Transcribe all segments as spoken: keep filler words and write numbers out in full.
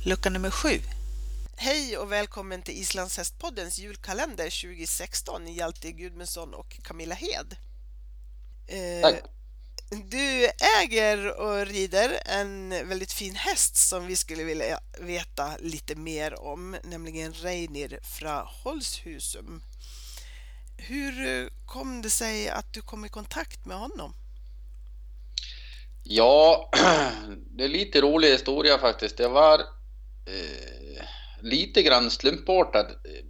lucka nummer sju. Hej och välkommen till Islandshästpoddens julkalender tjugo sexton i Hjalte Gudmundsson och Camilla Hed. Tack. Du äger och rider en väldigt fin häst som vi skulle vilja veta lite mer om, nämligen Reynir från Holzhusum. Hur kom det sig att du kom i kontakt med honom? Ja, det är lite rolig historia faktiskt. Det var eh, lite grann slumpartat.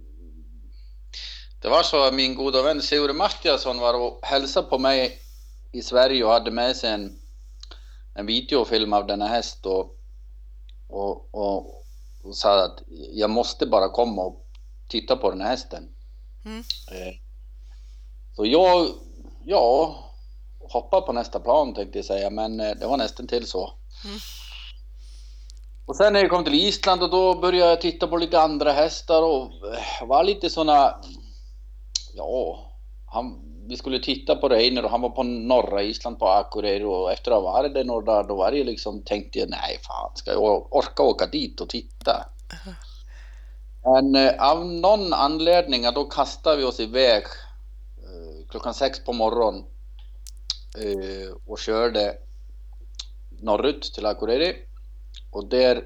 Det var så att min goda vän Sigurd Mattiasson var och hälsade på mig i Sverige och hade med sig en, en videofilm av denna häst och, och, och, och sa att jag måste bara komma och titta på den här hästen. Mm. Eh, så jag, ja... hoppa på nästa plan tänkte jag säga, men det var nästan till så. Mm. Och sen när jag kom till Island och då började jag titta på lite andra hästar och var lite såna, ja, han, vi skulle titta på Reynir och han var på norra Island på Akureyri och efter att ha varit där några dagar då var det liksom, tänkte jag nej fan, ska jag orka åka dit och titta? Uh-huh. Men eh, av någon anledning då kastade vi oss iväg eh, klockan sex på morgonen och körde norrut till Akureyri och där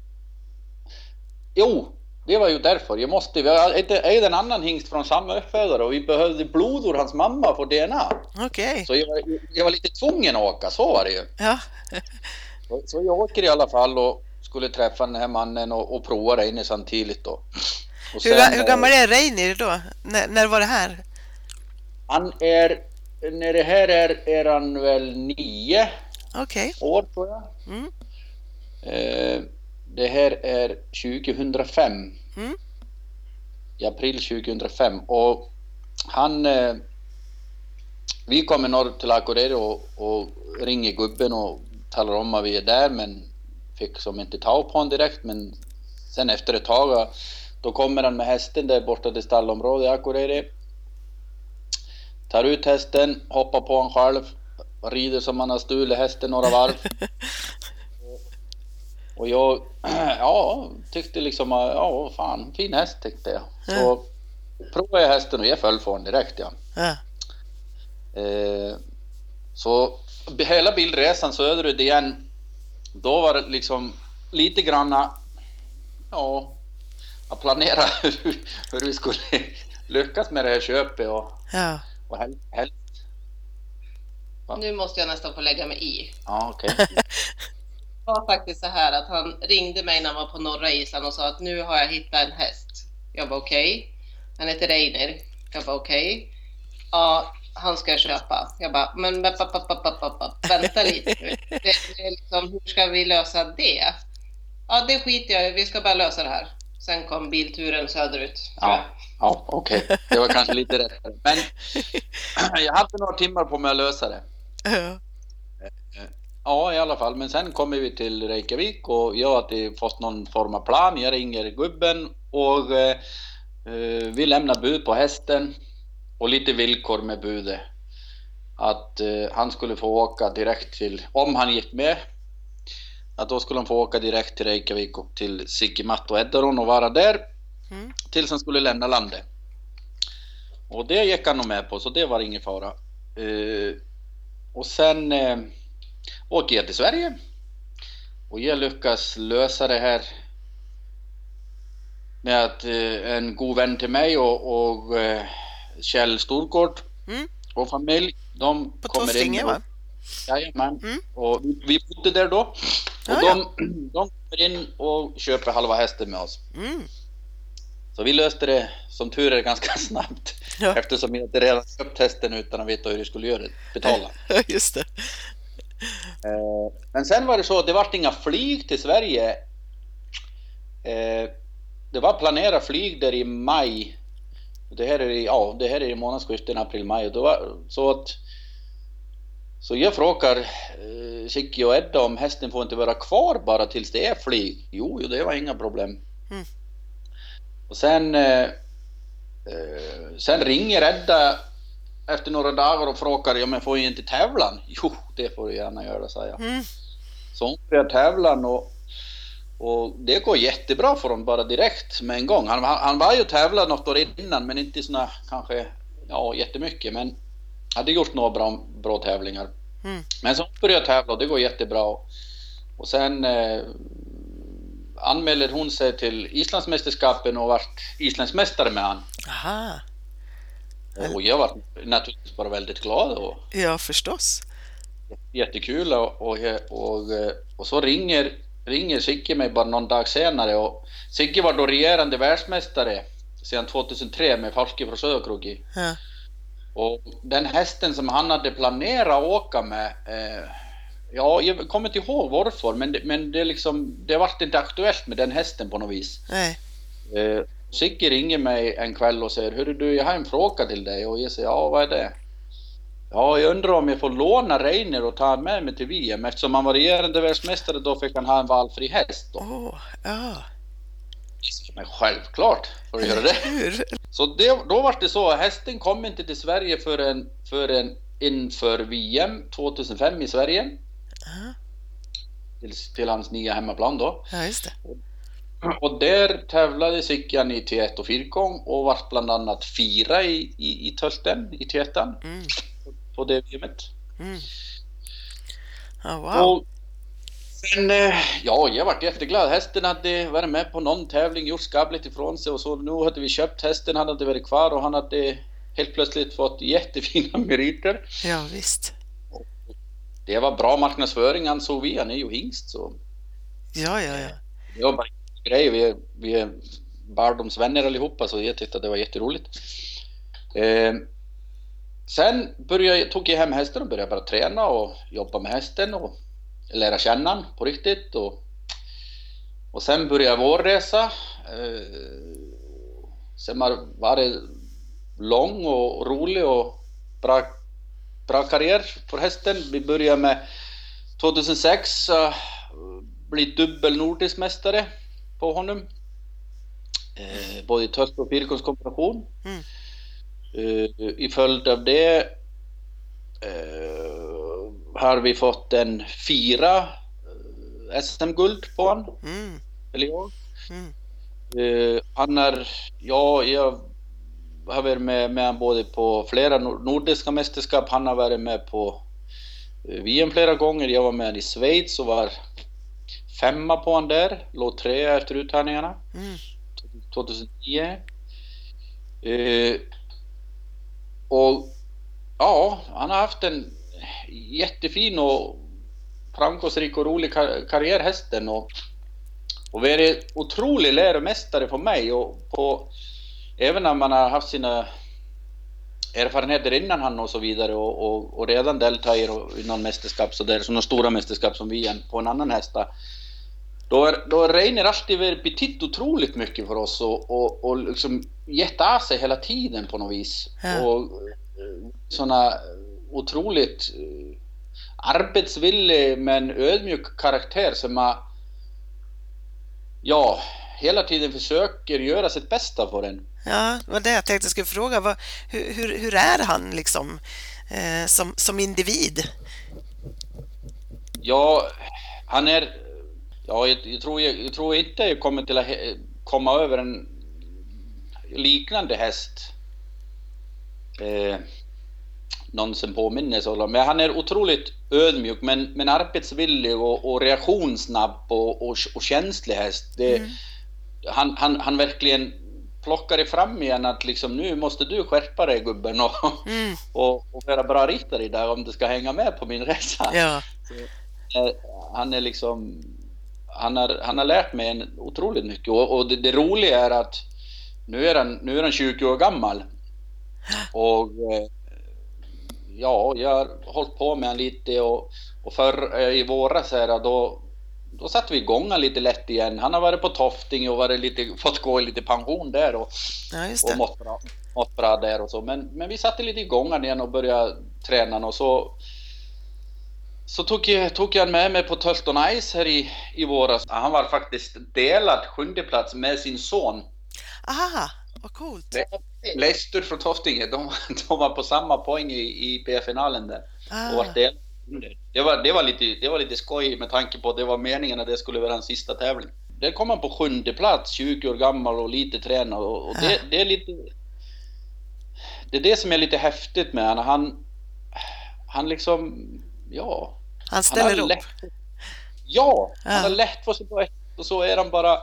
jo, det var ju därför jag måste, vi är en annan hingst från samma uppfödare och vi behövde blod ur hans mamma för D N A. Okej. Okay. Så jag var, jag var lite tvungen att åka, så var det ju. Ja. så, så jag åker i alla fall och skulle träffa den här mannen och, och prova Reynir samtidigt då. Och hur, sen, hur gammal är Reynir då? N- när var det här? Han är När det här är, är han väl nio okay. år tror jag. Mm. Eh, det här är tjugohundrafem. Mm. I april tjugohundrafem. Och han... Eh, vi kommer norr till Akureyri och, och ringer gubben och talar om att vi är där. Men fick som inte ta på honom direkt. Men sen efter ett tag då kommer han med hästen där borta till stallområdet i Akureyri. Tar ut hästen, hoppar på honom själv, rider som man har stulit hästen några varv. Och jag, ja, tyckte liksom, ja fan, fin häst tyckte jag. Så mm. provade jag hästen och jag föll för honom direkt, ja. Mm. Eh, så hela bildresan söderut igen, då var det liksom lite granna, ja, att planera hur, hur vi skulle lyckas med det här köpet och ja. Och hel- hel- nu måste jag nästan få lägga mig i. Ja, okej. Okay. Det var faktiskt så här att han ringde mig när han var på norra Island och sa att nu har jag hittat en häst. Jag var okej. Okay. Han heter Reynir. Jag var okej. Okay. Ja, han ska jag köpa. Jag bara, men pa, pa, pa, pa, pa, vänta lite. Det, det är liksom, hur ska vi lösa det? Ja, det skiter jag i. Vi ska bara lösa det här. Sen kom bilturen söderut. Ja, ja okej. Okay. Det var kanske lite rätt. Men jag hade några timmar på mig att lösa det. Ja. Ja, i alla fall. Men sen kommer vi till Reykjavik och jag har fått någon form av plan. Jag ringer gubben och eh, vi lämnar bud på hästen och lite villkor med budet. Att eh, han skulle få åka direkt till, om han gick med, att då skulle han få åka direkt till Reykjavik och till Sikimat och Eddaron och vara där mm. tills han skulle lämna landet. Och det gick han nog med på, så det var ingen fara. Uh, och sen uh, åker jag till Sverige och jag lyckas lösa det här med att uh, en god vän till mig och, och uh, Kjell Storgård mm. och familj, de på kommer Tostinge, in och, va? Jajamän. Mm. Och vi, vi bodde där då. Och ja, de, ja. de kommer in och köper halva hästen med oss. Mm. Så vi löste det som tur är ganska snabbt. Ja. Eftersom jag redan köpt hästen utan att veta hur jag skulle göra det. Betala. Just det. Men sen var det så att det var inga flyg till Sverige. Det var planerat flyg där i maj. Det här är i, ja, det här är i månadsskiftet april-maj. Och då var, så att Så jag frågar eh, Kiki och Edda om hästen får inte vara kvar bara tills det är flyg. Jo, jo det var inga problem. Mm. Och sen eh, eh, sen ringer Edda efter några dagar och frågar, ja men får jag inte tävlan? Jo, det får du gärna göra, sa jag. Mm. Så hon började tävlan och, och det går jättebra för honom bara direkt med en gång. Han, han var ju tävlat något år innan, men inte såna kanske ja, jättemycket. Men hade gjort några bra, bra tävlingar. Mm. Men så började jag tävla och det går jättebra. Och sen eh, anmälde hon sig till Islandsmästerskapen och vart islandsmästare med han. Aha. Och jag var naturligtvis bara väldigt glad. Och ja, förstås. Jättekul. Och, och, och, och så ringer, ringer Sigge mig bara någon dag senare. Och Sigge var då regerande världsmästare sedan tjugohundratre med Falke från Söderkrog. Ja. Och den hästen som han hade planerat att åka med, eh, ja, jag kommer inte ihåg varför, men det, men det liksom, det vart inte aktuellt med den hästen på något vis. Nej. Eh, Sigge ringer mig en kväll och säger, hörru du, jag har en fråga till dig. Och jag säger, ja, vad är det? Ja, jag undrar om jag får låna Reiner och ta med mig till V M. Eftersom han var regerande världsmästare då fick han ha en valfri häst. Åh, oh, ja. Men självklart får du göra det. Så det, då var det så, hästen kom inte till Sverige förrän, förrän inför V M tjugohundrafem i Sverige. Uh-huh. Till, till hans nya hemmaplan då. Ja, just det. Och där tävlade Siggan i T ett och fyrgång och var bland annat fyra i, i, i Tölten, i T ett mm. på det V M:et. Mm. Oh, wow. Och sen, ja, jag var jätteglad. Hästen hade varit med på någon tävling, gjort skabligt ifrån sig och så. Nu hade vi köpt hästen, han hade varit kvar och han hade helt plötsligt fått jättefina meriter. Ja, visst. Och det var bra marknadsföring, han såg vi, han är ju hingst så. Ja, ja, ja. Det var bara en grej, vi, vi är barndomsvänner allihopa så jag tyckte att det var jätteroligt. Eh, sen började jag, tog jag hem hästen och började bara träna och jobba med hästen och lära känna han på riktigt och, och sen började vår resa. Eh, sen var det lång och rolig och bra, bra karriär för hästen. Vi började med tjugohundrasex uh, bli dubbel nordisk mästare på honom. Eh, både i tölt och fyrgångskombination. Mm. Eh, i följd av det eh, har vi fått en fyra eh, S M-guld på han. Mm. Eller jag. Mm. Eh, han är, ja, jag har varit med, med han både på flera nordiska mästerskap. Han har varit med på eh, V M flera gånger. Jag var med i Schweiz och var femma på han där. Låg tre efter uttagningarna. Mm. tjugohundranio. Eh, och ja, han har haft en jättefin och framgångsrik och rolig kar- karriär hästen och, och varit otrolig läromästare för mig och på, även när man har haft sina erfarenheter innan han och så vidare och, och, och redan deltagit i någon mästerskap så där, så några stora mästerskap som vi är på en annan hästa. Då är, då är Reiner alltid betytt otroligt mycket för oss och, och, och liksom gett av sig hela tiden på något vis. Ja. Och såna otroligt arbetsvillig men ödmjuk karaktär som har, ja, hela tiden försöker göra sitt bästa för en. Ja, det var det jag tänkte jag skulle fråga. Vad, hur, hur, hur är han liksom eh, som, som individ? Ja, han är... Ja, jag, jag, tror, jag, jag tror inte jag kommer till att he, komma över en liknande häst. Eh, någon som påminner så. Men han är otroligt ödmjuk men, men arbetsvillig och, och reaktionssnabb och, och, och känslig häst. Det, mm. han, han, han verkligen plockar fram igen att liksom, nu måste du skärpa dig gubben och, mm. och, och vara bra riktare där om du ska hänga med på min resa. Ja. Så, eh, han är liksom... Han har, han har lärt mig en otroligt mycket och, och det, det roliga är att nu är han, nu är han tjugo år gammal och ja, jag har hållit på med han lite och, och för i våras här då, då satte vi igång han lite lätt igen. Han har varit på Tofting och varit lite, fått gå i lite pension där och, ja, just det. och mått, bra, mått bra där och så. Men, men vi satte lite igång han igen och började träna och så Så tog jag, tog jag med mig på Tölton Ice här i, i våras. Han var faktiskt delad sjunde plats med sin son. Aha, vad coolt. Leicester från Toftinge, de, de var på samma poäng i, i P F-finalen där. Ah. Och var delad. Det var, det, var lite, det var lite skoj med tanke på att det var meningen att det skulle vara hans sista tävling. där kom han på sjunde plats, tjugo år gammal och lite tränad. Och, och det, det är lite... Det är det som är lite häftigt med honom. Han, han liksom... Ja... Han ställer han upp. Lätt, ja, Ja. han har lätt på sig på ett. Och så är han bara...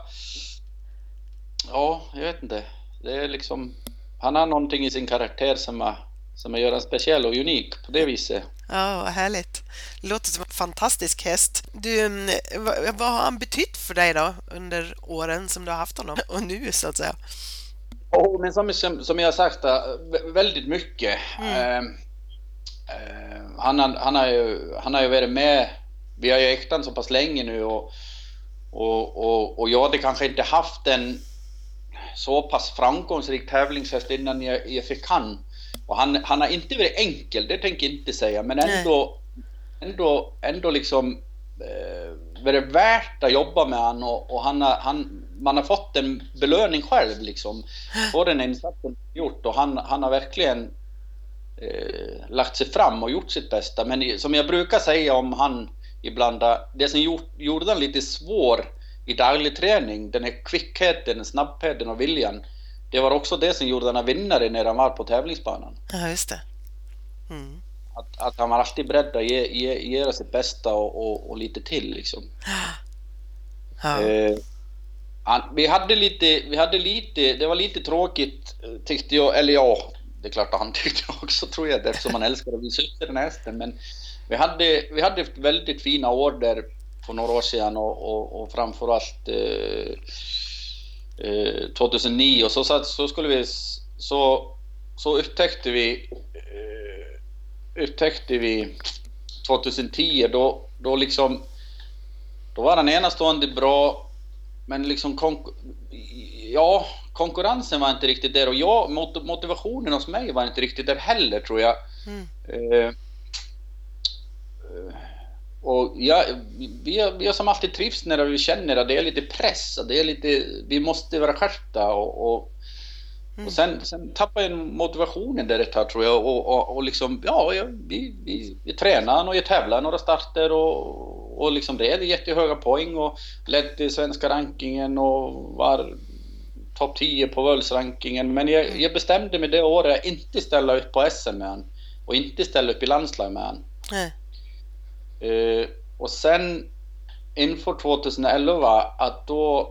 Ja, jag vet inte. Det är liksom... Han har någonting i sin karaktär som är, som är gör han speciell och unik på det viset. Ja, vad härligt. Det låter som en fantastisk häst. Du, mm, vad, vad har han betytt för dig då under åren som du har haft honom? Och nu så att säga. Oh, men som, som, som jag har sagt, vä- väldigt mycket. Mm. Eh, eh, han, har, han, har ju, han har ju varit med. Vi har ju ägt han så pass länge nu. Och, och, och, och jag hade kanske inte haft en så pass framgångsrik tävlingshäst innan jag, jag fick han. Och han, han har inte varit enkel, det tänker jag inte säga. Men ändå, ändå, ändå liksom eh, varit värt att jobba med han. Och, och han har, han, man har fått en belöning själv liksom. På den insatsen gjort. Och han, han har verkligen eh, lagt sig fram och gjort sitt bästa. Men som jag brukar säga om han ibland, det som gjort, gjorde han lite svår i daglig träning, den här kvickheten, snabbheten och viljan, det var också det som gjorde han vinnare när han var på tävlingsbanan. Ja, just det. Mm. Att, att han var alltid beredd att ge, ge, ge sitt bästa och, och, och lite till liksom. Ja. Eh, han, vi hade lite, vi hade lite, det var lite tråkigt tyckte jag, eller ja, det är klart att han tyckte också tror jag, eftersom han älskade att visa upp den här hästen, men vi hade, vi hade väldigt fina år där för några år sedan och, och, och framförallt eh, eh, tjugohundranio och så, så, så skulle vi så, så upptäckte vi eh, upptäckte vi tjugohundratio då, då liksom då var han enastående bra, men liksom konk- ja, konkurrensen var inte riktigt där och jag, motivationen hos mig var inte riktigt där heller tror jag. Mm. eh, Och ja, vi, har, vi har som alltid trivs när vi känner att det är lite press, det är lite, vi måste vara skärpta och, och, mm. och sen, sen tappar jag motivationen där ett tag tror jag och, och, och liksom, ja, vi, vi, vi tränar och jag tävlar några starter och, och liksom det är jättehöga poäng och lett i svenska rankingen och var topp tio på världsrankingen, men jag, jag bestämde mig det året att inte ställa upp på S M med han och inte ställa upp i landslag med han. Mm. Uh, och sen inför tjugoelva att då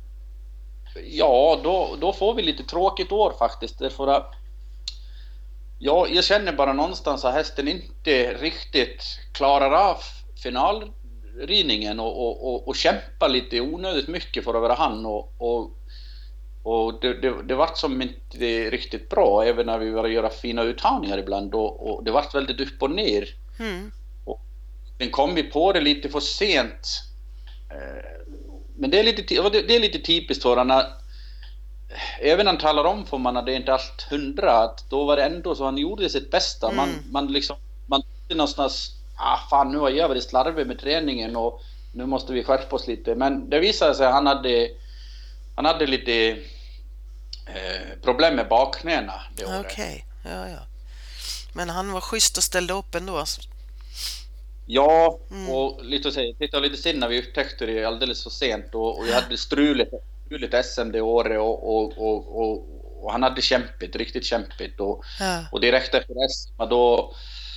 ja då, då får vi lite tråkigt år faktiskt därför att ja, jag känner bara någonstans att hästen inte riktigt klarar av finalridningen och, och, och, och kämpar lite onödigt mycket för att vara han och, och, och det, det, det var som inte riktigt bra även när vi var att göra fina uttagningar ibland och, och det var väldigt upp och ner. Mm. Den kom vi på det lite för sent. Men det är lite, det är lite typiskt för han. Även han talar om för man att det är inte allt hundra. Att då var det ändå så han gjorde sitt bästa. Mm. Man, man liksom, man tyckte någonstans, ah fan nu har jag varit slarvig med träningen och nu måste vi skärpa oss lite. Men det visade sig att han hade, han hade lite eh, problem med bakknäna det året. Okej, okay. ja, ja. Men han var schysst och ställde upp ändå. Ja, mm. och lite att säga, titta lite sen när vi upptäckte det alldeles för sent och, och jag hade struligt, struligt S M det året och, och, och, och, och han hade kämpigt, riktigt kämpigt och, ja. och direkt efter S M då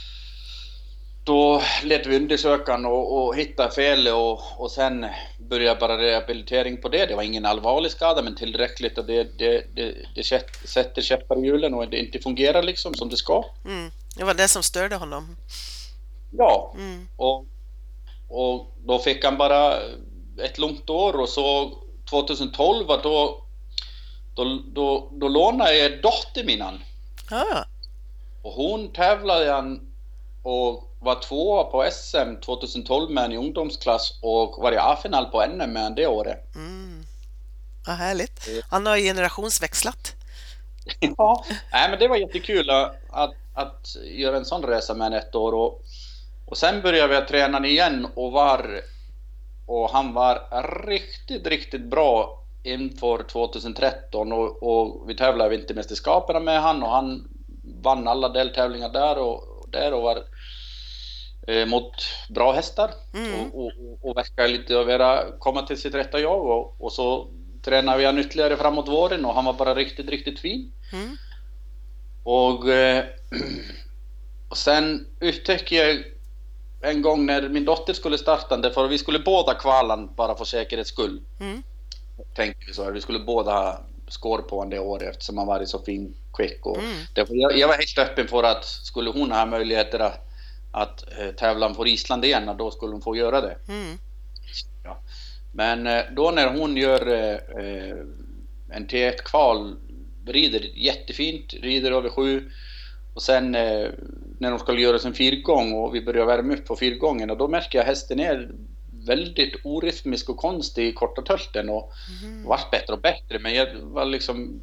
då lät vi undersökan och, och hittade fel och, och sen började bara rehabilitering på det. Det var ingen allvarlig skada men tillräckligt och det, det, det, det sätter käppar i hjulen och det inte fungerar liksom som det ska. Mm. Det var det som störde honom. Ja, mm. och, och då fick han bara ett långt år och så tjugotolv då, då, då, då lånade jag dotter minan. Ah. Och hon tävlade han och var tvåa på S M tjugotolv med en i ungdomsklass och var i A-final på N M med en det året. Mm. Vad härligt. Han har generationsväxlat. Ja, nej, men det var jättekul att, att, att göra en sån resa med ett år och, och sen började vi träna igen och var och han var riktigt riktigt bra inför tjugotretton och, och vi tävlade i vintermästerskapen med han och han vann alla deltävlingar där och, och där och var eh, mot bra hästar Mm. och, och, och verkar lite att vara, komma till sitt rätta jag och, och så tränade vi han ytterligare framåt våren och han var bara riktigt, riktigt fin. Mm. Och, eh, och sen upptäckte jag en gång när min dotter skulle starta, för vi skulle båda kvalan bara för säkerhets skull. Mm. Tänkte vi så här, vi skulle båda ha skår på en det året eftersom han varit så fin quick och Mm. det, jag, jag var helt öppen för att skulle hon ha möjligheter att, att eh, tävla för Island igen, och då skulle hon få göra det. Mm. Ja. Men eh, då när hon gör eh, en T ett kval, rider jättefint, rider över sju, och sen eh, när de skulle göra sin fyrgång och vi börjar värma upp på fyrgången, och då märker jag att hästen är väldigt orytmisk och konstig i korta tölten och Mm. vart bättre och bättre, men jag var liksom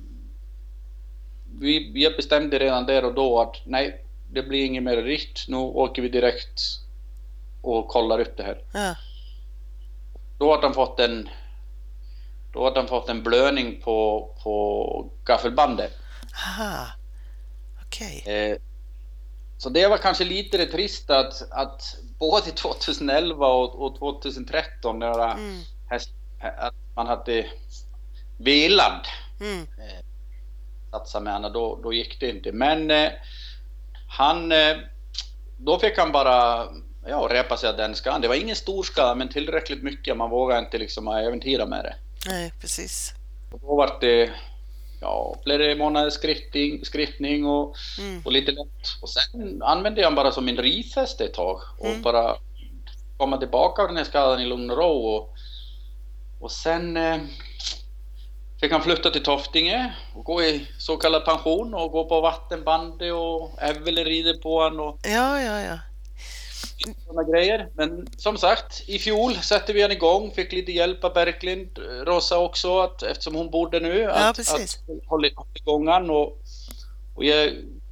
vi, jag bestämde redan där och då att nej, det blir inget mer ritt, nu åker vi direkt och kollar upp det här. Ja. Då hade han fått en då hade han fått en blödning på, på gaffelbandet. Aha. Okej. Eh, så det var kanske lite trist att, att både tjugoelva och, och tjugotretton när Mm. häst, att man hade velat Mm. satsa med henne, då, då gick det inte. Men eh, han eh, då fick han bara ja, repa sig den skadan. Det var ingen stor skada, men tillräckligt mycket. Man vågar inte liksom äventyra med det. Nej, precis. Och då var det ja, flera månaders skriftning, skriftning och, Mm. och lite lätt. Och sen använde jag han bara som en rifäst ett tag och Mm. bara komma tillbaka av den här skadan i lugn och ro. Och, och sen eh, fick han flytta till Toftinge och gå i så kallad pension och gå på vattenbandet och Evelyn rider på han och Ja, ja, ja. sådana grejer. Men som sagt, i fjol satte vi han igång, fick lite hjälp av Berklind, Rosa också, att, eftersom hon bodde nu, att, Ja, precis. att hålla igång han och, och jag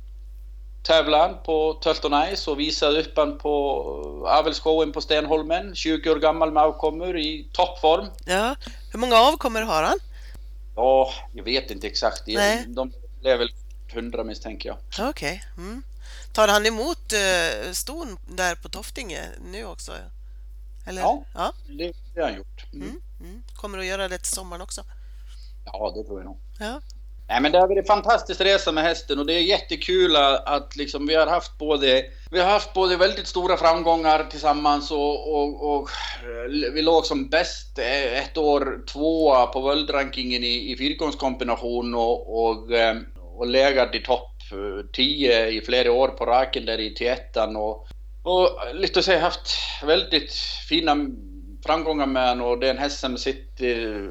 tävlade han på Tölton Ice och visade upp han på avelsshowen på Stenholmen, tjugo år gammal med avkommor i toppform. Ja. Hur många avkommor har han? Ja, jag vet inte exakt. Nej. De blev väl hundra misstänker jag. Okej. Mm. Tar han emot uh, ston där på Toftinge nu också? Eller? Ja. Ja. Det har han gjort. Mm. Mm. Mm. Kommer att göra det till sommaren också? Ja, det tror jag nog. Ja. Nej, men det har varit en fantastisk resa med hästen och det är jättekul att liksom vi har haft både vi har haft både väldigt stora framgångar tillsammans och, och, och vi låg som bäst ett år tvåa på världrankingen i, i fyrgångskombination och, och, och legat i topp tio i flera år på raken där i T ett och, och lite att säga haft väldigt fina framgångar med den och det är en häst som sitter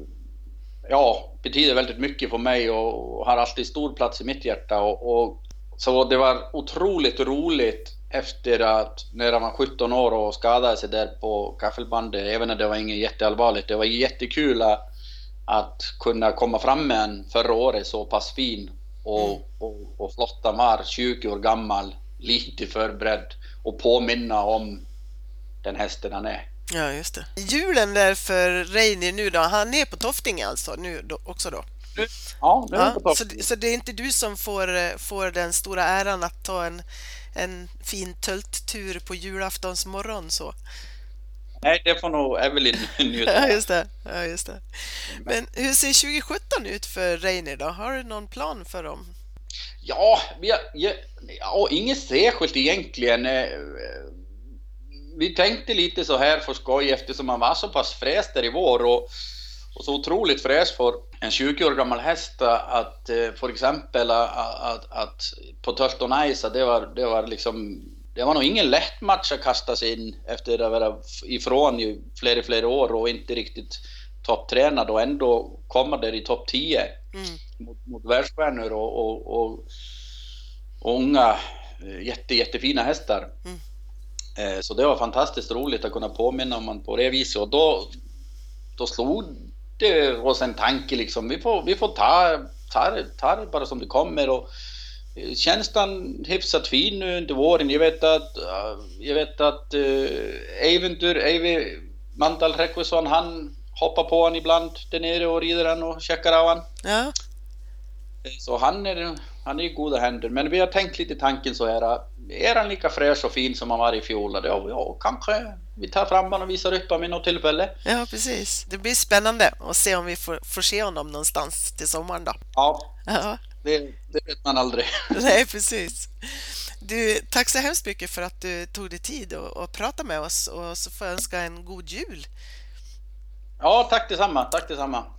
ja, betyder väldigt mycket för mig och har alltid stor plats i mitt hjärta och, och så det var otroligt roligt efter att när han var sjutton år och skadade sig där på kaffelbandet, även när det var inget jätteallvarligt. Det var jättekul att, att kunna komma fram med en förra året så pass fin och, mm. och, och flotta var tjugo år gammal, lite förberedd och påminna om den hästen han är. Ja, just det. Julen där för Reinier nu då, han är på Toftinge alltså nu då, också då? Ja, nu är ja på Toftinge. Så, så det är inte du som får, får den stora äran att ta en, en fin tölttur på julaftons morgon så? Nej, det får nog Evelyn njuta. Ja, just det. Ja, just det. Men hur ser tjugo sjutton ut för Reinier då? Har du någon plan för dem? Ja, vi har, ja, ja inget särskilt egentligen. Vi tänkte lite så här för skoj eftersom man var så pass fräs där i vår och, och så otroligt fräs för en tjugo år gammal häst att för exempel att, att, att på Tölton Ice det var, det var liksom det var nog ingen lätt match att kasta sig in efter att vara ifrån i flera flera år och inte riktigt topptränad och ändå komma där i topp tio mm. mot, mot världsstjärnor och, och, och, och unga jätte, jättefina hästar. Mm. Så det var fantastiskt roligt att kunna påminna om man på det viset och då, då slog det oss en tanke liksom, vi får, vi får ta, ta, ta det bara som det kommer och känslan hyfsat fin nu under våren. Jag vet att jag vet att uh, Eiventur, Eivi Mandal Requesson, han hoppar på han ibland där nere och rider han och checkar av han. Ja. Så han är han är i goda händer. Men vi har tänkt lite tanken så här. Är han lika fräsch och fin som han var i fjol? Ja, ja, kanske vi tar fram honom och visar upp honom i något tillfälle. Ja, precis. Det blir spännande att se om vi får, får se honom någonstans till sommaren då. Ja, Ja. det, det vet man aldrig. Nej, precis. Du, tack så hemskt mycket för att du tog dig tid och, och prata med oss, och så får jag önska en god jul. Ja, tack detsamma. Tack detsamma.